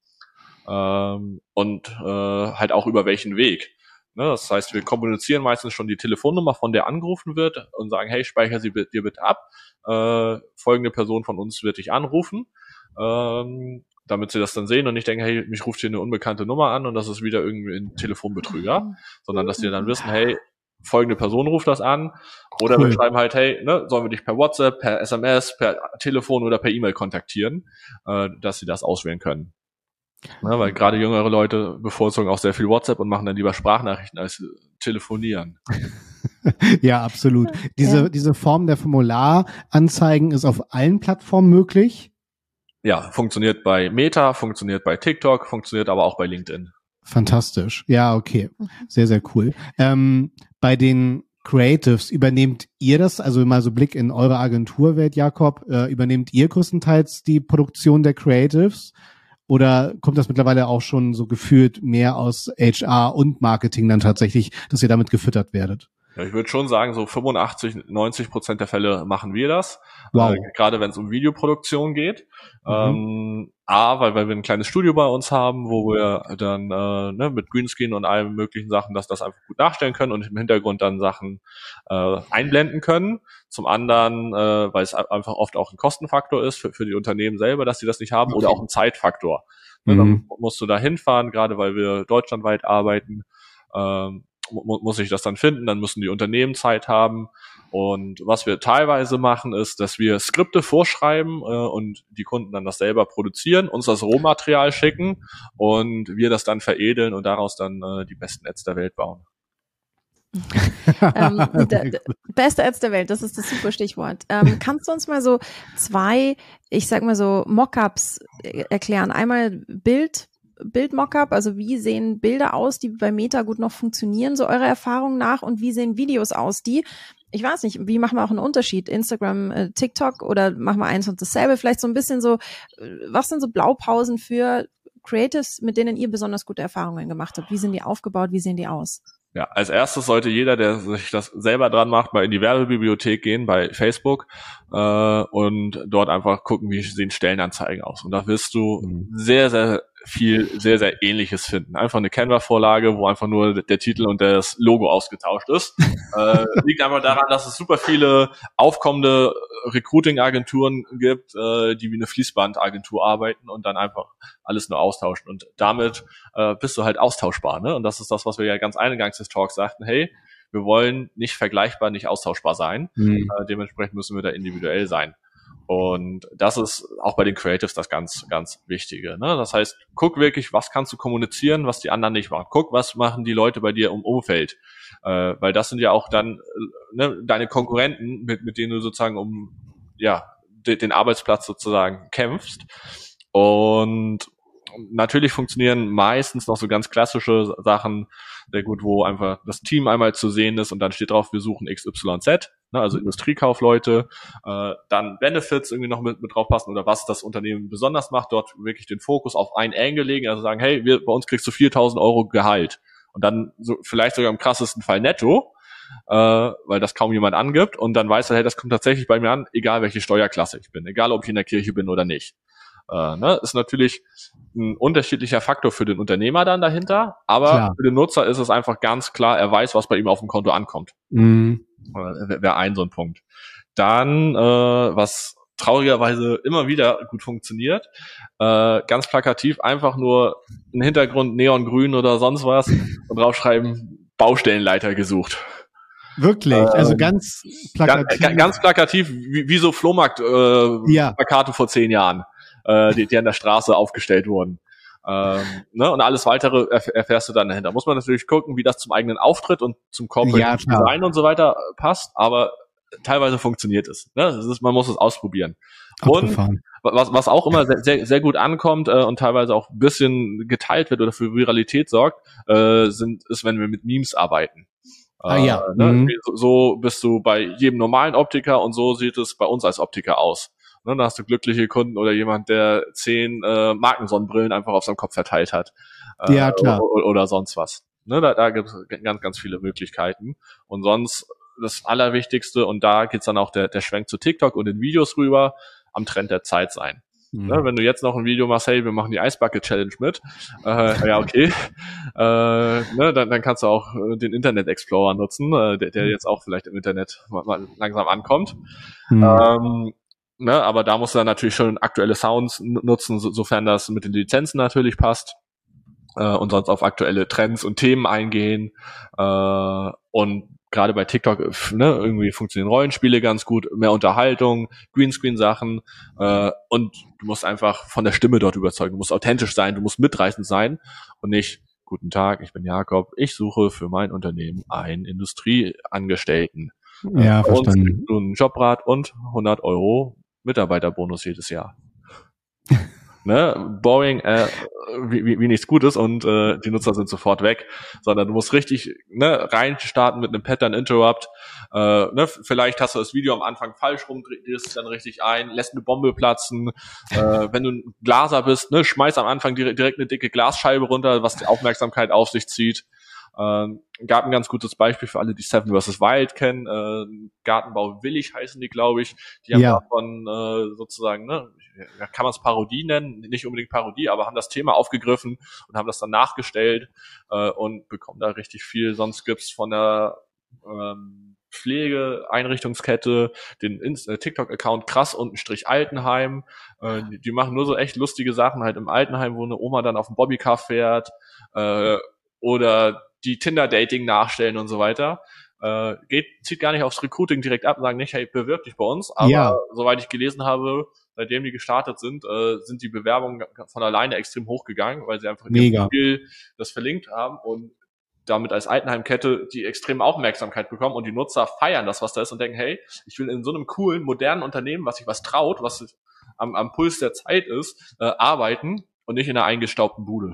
Uh, und uh, halt auch über welchen Weg. Ne, das heißt, wir kommunizieren meistens schon die Telefonnummer, von der angerufen wird und sagen, hey, speicher sie dir bitte ab. Äh, folgende Person von uns wird dich anrufen, ähm, damit sie das dann sehen und nicht denken, hey, mich ruft hier eine unbekannte Nummer an und das ist wieder irgendwie ein Telefonbetrüger, sondern dass die dann wissen, hey, folgende Person ruft das an oder cool. Wir schreiben halt, hey, ne, sollen wir dich per WhatsApp, per S M S, per Telefon oder per E-Mail kontaktieren, äh, dass sie das auswählen können. Ja, weil gerade jüngere Leute bevorzugen auch sehr viel WhatsApp und machen dann lieber Sprachnachrichten als telefonieren. Ja, absolut. Diese, ja. diese Form der Formularanzeigen ist auf allen Plattformen möglich? Ja, funktioniert bei Meta, funktioniert bei TikTok, funktioniert aber auch bei LinkedIn. Fantastisch. Ja, okay. Sehr, sehr cool. Ähm, bei den Creatives, übernehmt ihr das, also mal so Blick in eure Agenturwelt, Jakob, äh, übernehmt ihr größtenteils die Produktion der Creatives? Oder kommt das mittlerweile auch schon so gefühlt mehr aus H R und Marketing dann tatsächlich, dass ihr damit gefüttert werdet? Ja, ich würde schon sagen, so fünfundachtzig, neunzig Prozent der Fälle machen wir das. Wow. Äh, gerade wenn es um Videoproduktion geht. Mhm. Ähm, A, weil, weil wir ein kleines Studio bei uns haben, wo wir dann äh, ne, mit Greenscreen und allen möglichen Sachen, dass das einfach gut nachstellen können und im Hintergrund dann Sachen äh, einblenden können. Zum anderen, äh, weil es einfach oft auch ein Kostenfaktor ist für, für die Unternehmen selber, dass sie das nicht haben, okay. Oder auch ein Zeitfaktor. Mhm. Dann musst du da hinfahren, gerade weil wir deutschlandweit arbeiten, ähm, muss ich das dann finden, dann müssen die Unternehmen Zeit haben. Und was wir teilweise machen, ist, dass wir Skripte vorschreiben äh, und die Kunden dann das selber produzieren, uns das Rohmaterial schicken und wir das dann veredeln und daraus dann äh, die besten Ads der Welt bauen. ähm, der, der beste Ads der Welt, das ist das super Stichwort. Ähm, kannst du uns mal so zwei, ich sag mal so Mockups erklären? Einmal Bild, Bild-Mockup, also wie sehen Bilder aus, die bei Meta gut noch funktionieren, so eurer Erfahrung nach, und wie sehen Videos aus, die, ich weiß nicht, wie machen wir auch einen Unterschied? Instagram, äh, TikTok oder machen wir eins und dasselbe? Vielleicht so ein bisschen so, was sind so Blaupausen für Creatives, mit denen ihr besonders gute Erfahrungen gemacht habt? Wie sind die aufgebaut? Wie sehen die aus? Ja, als erstes sollte jeder, der sich das selber dran macht, mal in die Werbebibliothek gehen bei Facebook äh, und dort einfach gucken, wie sehen Stellenanzeigen aus. Und da wirst du mhm. sehr, sehr viel, sehr, sehr Ähnliches finden. Einfach eine Canva-Vorlage, wo einfach nur der Titel und das Logo ausgetauscht ist. äh, liegt einfach daran, dass es super viele aufkommende Recruiting-Agenturen gibt, äh, die wie eine Fließbandagentur arbeiten und dann einfach alles nur austauschen. Und damit äh, bist du halt austauschbar. Ne? Und das ist das, was wir ja ganz eingangs des Talks sagten. Hey, wir wollen nicht vergleichbar, nicht austauschbar sein. Mhm. Äh, dementsprechend müssen wir da individuell sein. Und das ist auch bei den Creatives das ganz, ganz Wichtige. Ne? Das heißt, guck wirklich, was kannst du kommunizieren, was die anderen nicht machen. Guck, was machen die Leute bei dir im Umfeld. Äh, weil das sind ja auch dann ne, deine Konkurrenten, mit, mit denen du sozusagen um ja de, den Arbeitsplatz sozusagen kämpfst. Und natürlich funktionieren meistens noch so ganz klassische Sachen sehr gut, wo einfach das Team einmal zu sehen ist und dann steht drauf, wir suchen X Y Z, ne, also Industriekaufleute, äh, dann Benefits irgendwie noch mit, mit drauf passen oder was das Unternehmen besonders macht, dort wirklich den Fokus auf ein Angle legen, also sagen, hey, wir, bei uns kriegst du viertausend Euro Gehalt und dann so vielleicht sogar im krassesten Fall netto, äh, weil das kaum jemand angibt und dann weiß er, hey, das kommt tatsächlich bei mir an, egal welche Steuerklasse ich bin, egal ob ich in der Kirche bin oder nicht. Äh, ne? Ist natürlich ein unterschiedlicher Faktor für den Unternehmer dann dahinter, aber Klar. für den Nutzer ist es einfach ganz klar, er weiß, was bei ihm auf dem Konto ankommt. Mhm. Äh, Wäre ein so ein Punkt. Dann, äh, was traurigerweise immer wieder gut funktioniert, äh, ganz plakativ einfach nur einen Hintergrund neongrün oder sonst was und draufschreiben, Baustellenleiter gesucht. Wirklich, Ähm, also ganz plakativ. Ganz, ganz plakativ, wie, wie so Flohmarkt-Plakate äh, Ja. Plakate vor zehn Jahren, äh, die, die an der Straße aufgestellt wurden. Ähm, ne? Und alles Weitere erf- erfährst du dann dahinter. Muss man natürlich gucken, wie das zum eigenen Auftritt und zum Corporate Ja, klar. Design und so weiter passt, aber teilweise funktioniert es. Ne? Das ist, man muss es ausprobieren. Abgefahren. Und was, was auch immer sehr, sehr, sehr gut ankommt äh, und teilweise auch ein bisschen geteilt wird oder für Viralität sorgt, äh, sind, ist, wenn wir mit Memes arbeiten. Ah, ja. Äh, ne? Mhm. so, so bist du bei jedem normalen Optiker und so sieht es bei uns als Optiker aus. Ne? Da hast du glückliche Kunden oder jemand, der zehn äh, Markensonnenbrillen einfach auf seinem Kopf verteilt hat. Äh, Ja, klar. Oder, oder sonst was. Ne? Da, da gibt es ganz, ganz viele Möglichkeiten. Und sonst das Allerwichtigste, und da geht's dann auch der, der Schwenk zu TikTok und den Videos rüber, am Trend der Zeit sein. Mhm. Ne, wenn du jetzt noch ein Video machst, hey, wir machen die Ice Bucket Challenge mit, äh, ja, okay, äh, ne, dann, dann kannst du auch äh, den Internet Explorer nutzen, äh, der, der jetzt auch vielleicht im Internet mal, mal langsam ankommt. Mhm. Ähm, ne, aber da musst du dann natürlich schon aktuelle Sounds nutzen, so, sofern das mit den Lizenzen natürlich passt. Äh, und sonst auf aktuelle Trends und Themen eingehen. Äh, und gerade bei TikTok, ne, irgendwie funktionieren Rollenspiele ganz gut, mehr Unterhaltung, Greenscreen-Sachen, äh, und du musst einfach von der Stimme dort überzeugen. Du musst authentisch sein, du musst mitreißend sein und nicht, guten Tag, ich bin Jakob, ich suche für mein Unternehmen einen Industrieangestellten. Ja, äh, bei uns verstanden. kriegst du einen Jobrat und hundert Euro Mitarbeiterbonus jedes Jahr. Ne, boring, äh, wie, wie, wie nichts Gutes und äh, die Nutzer sind sofort weg, sondern du musst richtig ne, reinstarten mit einem Pattern Interrupt. Äh, ne, vielleicht hast du das Video am Anfang falsch rum, drehst es dann richtig ein, lässt eine Bombe platzen. Äh, wenn du ein Glaser bist, ne, schmeiß am Anfang direkt, direkt eine dicke Glasscheibe runter, was die Aufmerksamkeit auf sich zieht. Ähm, gab ein ganz gutes Beispiel für alle, die Seven versus. Wild kennen. Äh, Gartenbau Willig heißen die, glaube ich. Die haben Ja. davon äh, sozusagen, ne, ja, kann man es Parodie nennen, nicht unbedingt Parodie, aber haben das Thema aufgegriffen und haben das dann nachgestellt äh, und bekommen da richtig viel. Sonst gibt's von der ähm, Pflegeeinrichtungskette den äh, TikTok-Account krass unten Strich Altenheim. Äh, die, die machen nur so echt lustige Sachen halt im Altenheim, wo eine Oma dann auf dem Bobbycar fährt äh, oder die Tinder-Dating nachstellen und so weiter. Äh, geht, zieht gar nicht aufs Recruiting direkt ab und sagen nicht, hey, bewirb dich bei uns. Aber Ja. soweit ich gelesen habe, seitdem die gestartet sind, äh, sind die Bewerbungen von alleine extrem hochgegangen, weil sie einfach in Mega. ihrem Profil das verlinkt haben und damit als Altenheimkette die extreme Aufmerksamkeit bekommen und die Nutzer feiern das, was da ist und denken, hey, ich will in so einem coolen, modernen Unternehmen, was sich was traut, was am, am Puls der Zeit ist, äh, arbeiten und nicht in einer eingestaubten Bude.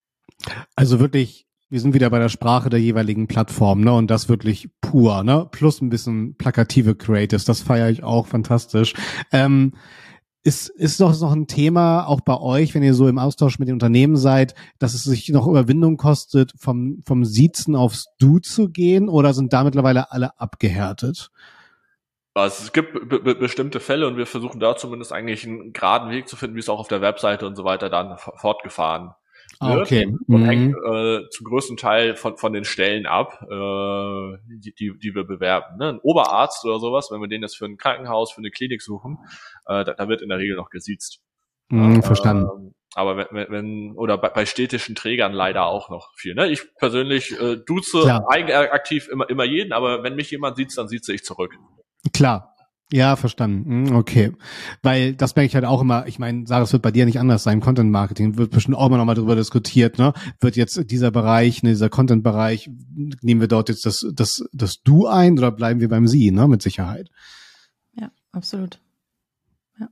Also wirklich, wir sind wieder bei der Sprache der jeweiligen Plattform, ne? Und das wirklich pur, ne? Plus ein bisschen plakative Creatives, das feiere ich auch fantastisch. Ähm, ist ist doch noch ein Thema auch bei euch, wenn ihr so im Austausch mit den Unternehmen seid, dass es sich noch Überwindung kostet, vom vom Siezen aufs Du zu gehen, oder sind da mittlerweile alle abgehärtet? Also es gibt be- be- bestimmte Fälle und wir versuchen da zumindest eigentlich einen geraden Weg zu finden, wie es auch auf der Webseite und so weiter dann f- fortgefahren Ah, wird. okay. Und Mhm. hängt äh, zum größten Teil von, von den Stellen ab, äh, die, die, die wir bewerben. Ne? Ein Oberarzt oder sowas, wenn wir den jetzt für ein Krankenhaus, für eine Klinik suchen, äh, da, da wird in der Regel noch gesiezt. Mhm, verstanden. Ähm, aber wenn, wenn, wenn oder bei, bei städtischen Trägern leider auch noch viel. Ne? Ich persönlich äh, duze Klar. eigenaktiv immer, immer jeden, aber wenn mich jemand sieht, dann sieze ich zurück. Klar. Ja, verstanden. Mhm, okay. Weil das merke ich halt auch immer, ich meine, Sarah, es wird bei dir nicht anders sein. Content Marketing wird bestimmt auch immer noch mal darüber diskutiert, ne? Wird jetzt dieser Bereich, ne, dieser Content-Bereich, nehmen wir dort jetzt das, das, das Du ein oder bleiben wir beim Sie, ne? Mit Sicherheit. Ja, absolut. Ja.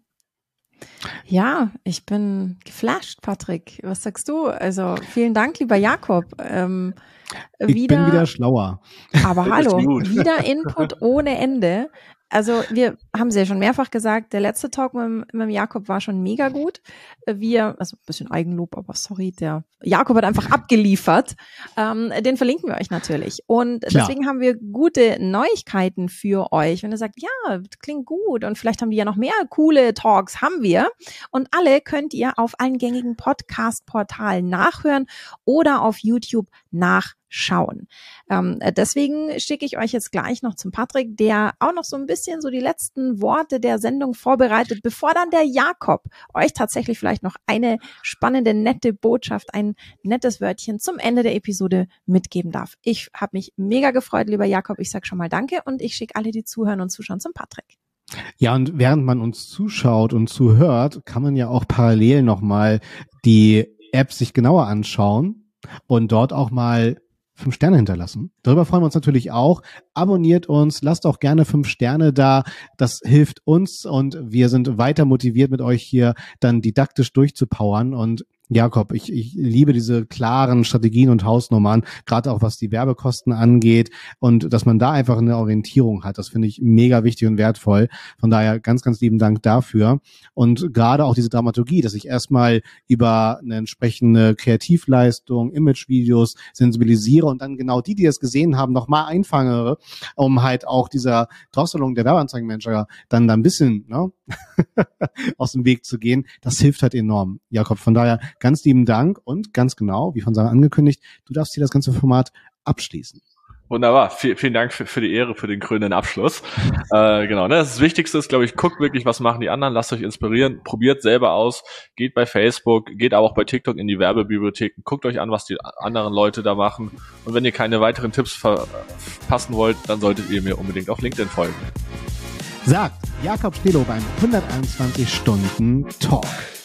Ja, ich bin geflasht, Patrick. Was sagst du? Also vielen Dank, lieber Jakob. Ähm, Ich wieder, bin wieder schlauer. aber Das ist hallo, gut. wieder Input ohne Ende. Also wir haben es ja schon mehrfach gesagt, der letzte Talk mit, mit dem Jakob war schon mega gut. Wir, also ein bisschen Eigenlob, aber sorry, der Jakob hat einfach abgeliefert. Ähm, den verlinken wir euch natürlich. Und Klar. Deswegen haben wir gute Neuigkeiten für euch. Wenn ihr sagt, ja, klingt gut und vielleicht haben die ja noch mehr coole Talks, haben wir. Und alle könnt ihr auf allen gängigen Podcast-Portalen nachhören oder auf YouTube nachschauen. Ähm, deswegen schicke ich euch jetzt gleich noch zum Patrick, der auch noch so ein bisschen so die letzten Worte der Sendung vorbereitet, bevor dann der Jakob euch tatsächlich vielleicht noch eine spannende, nette Botschaft, ein nettes Wörtchen zum Ende der Episode mitgeben darf. Ich habe mich mega gefreut, lieber Jakob. Ich sag schon mal Danke und ich schicke alle, die zuhören und zuschauen, zum Patrick. Ja, und während man uns zuschaut und zuhört, kann man ja auch parallel nochmal die App sich genauer anschauen und dort auch mal fünf Sterne hinterlassen. Darüber freuen wir uns natürlich auch. Abonniert uns, lasst auch gerne fünf Sterne da. Das hilft uns und wir sind weiter motiviert, mit euch hier dann didaktisch durchzupowern. Und Jakob, ich, ich liebe diese klaren Strategien und Hausnummern, gerade auch was die Werbekosten angeht und dass man da einfach eine Orientierung hat. Das finde ich mega wichtig und wertvoll. Von daher ganz, ganz lieben Dank dafür. Und gerade auch diese Dramaturgie, dass ich erstmal über eine entsprechende Kreativleistung, Imagevideos sensibilisiere und dann genau die, die das gesehen haben, nochmal einfange, um halt auch dieser Drosselung der Werbeanzeigenmanager dann da ein bisschen ne, aus dem Weg zu gehen. Das hilft halt enorm, Jakob. Von daher ganz lieben Dank und ganz genau, wie von Sarah angekündigt, du darfst hier das ganze Format abschließen. Wunderbar, v- vielen Dank für, für die Ehre, für den krönenden Abschluss. äh, genau, ne, das Wichtigste ist, glaube ich, guckt wirklich, was machen die anderen, lasst euch inspirieren, probiert selber aus, geht bei Facebook, geht aber auch bei TikTok in die Werbebibliotheken, guckt euch an, was die anderen Leute da machen und wenn ihr keine weiteren Tipps verpassen wollt, dann solltet ihr mir unbedingt auf LinkedIn folgen. Sagt Jakob Stelo beim hunderteinundzwanzig Stunden Talk.